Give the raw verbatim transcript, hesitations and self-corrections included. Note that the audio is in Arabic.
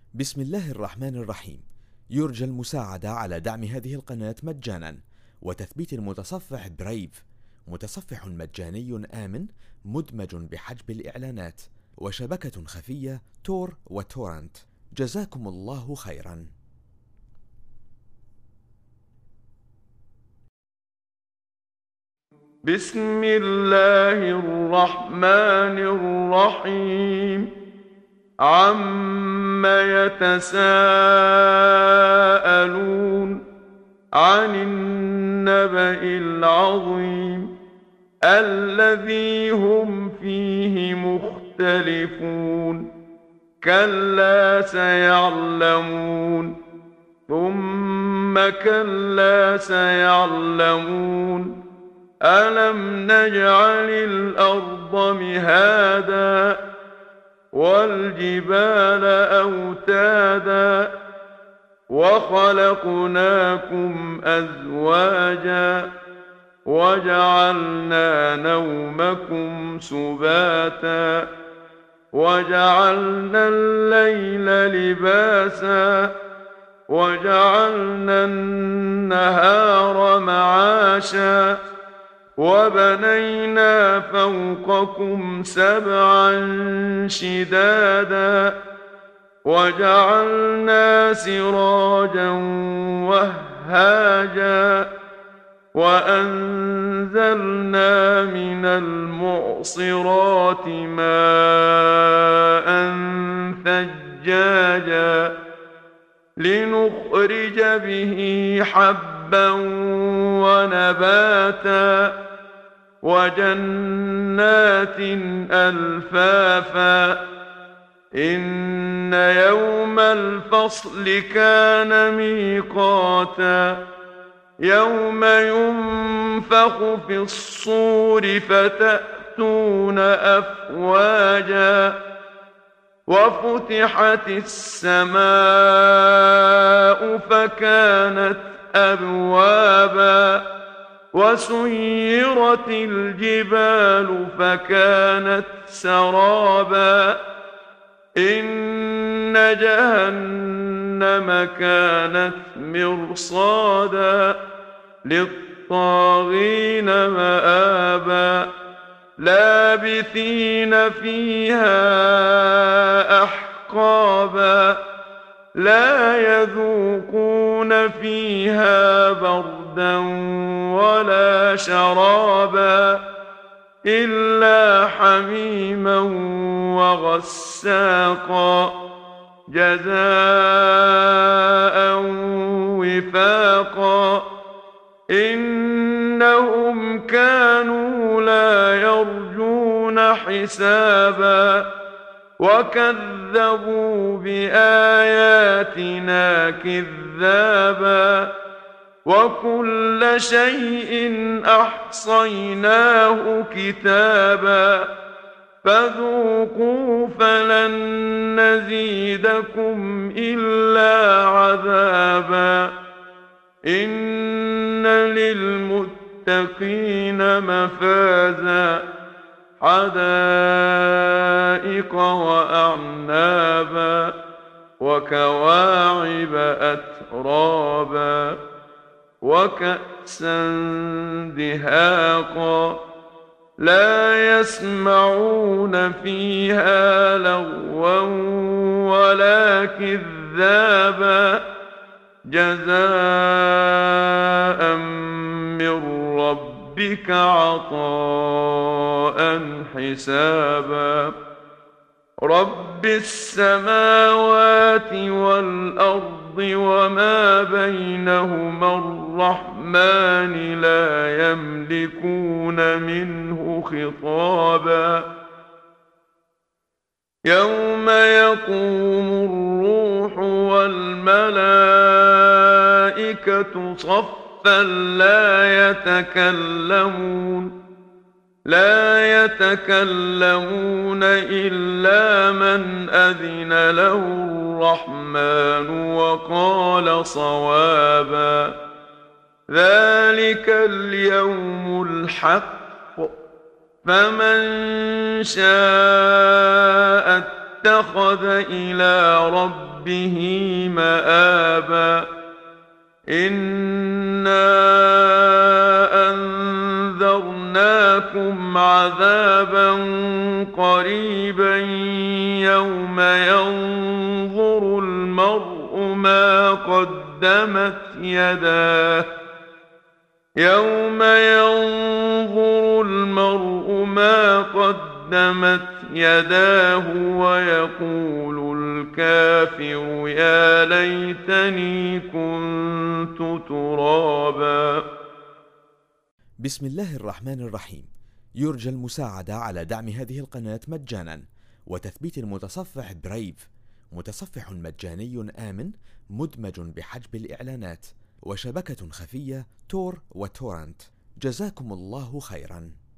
بسم الله الرحمن الرحيم. يرجى المساعدة على دعم هذه القناة مجانا وتثبيت المتصفح برايف، متصفح مجاني آمن مدمج بحجب الإعلانات وشبكة خفية تور وتورنت. جزاكم الله خيرا. بسم الله الرحمن الرحيم. عم يتساءلون عن النبأ العظيم الذي هم فيه مختلفون. كلا سيعلمون ثم كلا سيعلمون. ألم نجعل الأرض مهادا والجبال أوتادا وخلقناكم أزواجا وجعلنا نومكم سباتا وجعلنا الليل لباسا وجعلنا النهار معاشا وبنينا فوقكم سبعا شدادا وجعلنا سراجا وهاجا وأنزلنا من المعصرات ماء ثجاجا لنخرج به حبا ونباتا وجنات ألفافا. إن يوم الفصل كان ميقاتا يوم ينفخ في الصور فتأتون أفواجا وفتحت السماء فكانت أبوابا وسيرت الجبال فكانت سرابا. إن جهنم كانت مرصادا للطاغين مآبا لابثين فيها أحقابا لا يذوقون فيها بردا ولا شرابا إلا حميما وغساقا جزاء وفاقا. إنهم كانوا لا يرجون حسابا وكذبوا بآياتنا كذابا وكل شيء أحصيناه كتابا فذوقوا فلن نزيدكم إلا عذابا. إن للمتقين مفازا حدائق وأعنابا وكواعب أترابا وكأسا دهاقا لا يسمعون فيها لغوا ولا كذابا جزاء من ربك عطاء حسابا. رب السماوات والأرض وما بينهما الرحمن لا يملكون منه خطابا. يوم يقوم الروح والملائكة صفا لا يتكلمون لا يتكلمون إلا من أذن له الرحمن وقال صوابا. ذلك اليوم الحق فمن شاء لاتخذ إلى ربه مآبا إنا أنذرناكم عذابا قريبا يوم ينظر المرء ما قدمت يداه يوم ينظر المرء ما قدمت يداه ويقول الكافر يا ليتني كنت ترابا. بسم الله الرحمن الرحيم. يرجى المساعدة على دعم هذه القناة مجانا وتثبيت المتصفح برايف، متصفح مجاني آمن مدمج بحجب الإعلانات، وشبكة خفية تور وتورنت. جزاكم الله خيرا.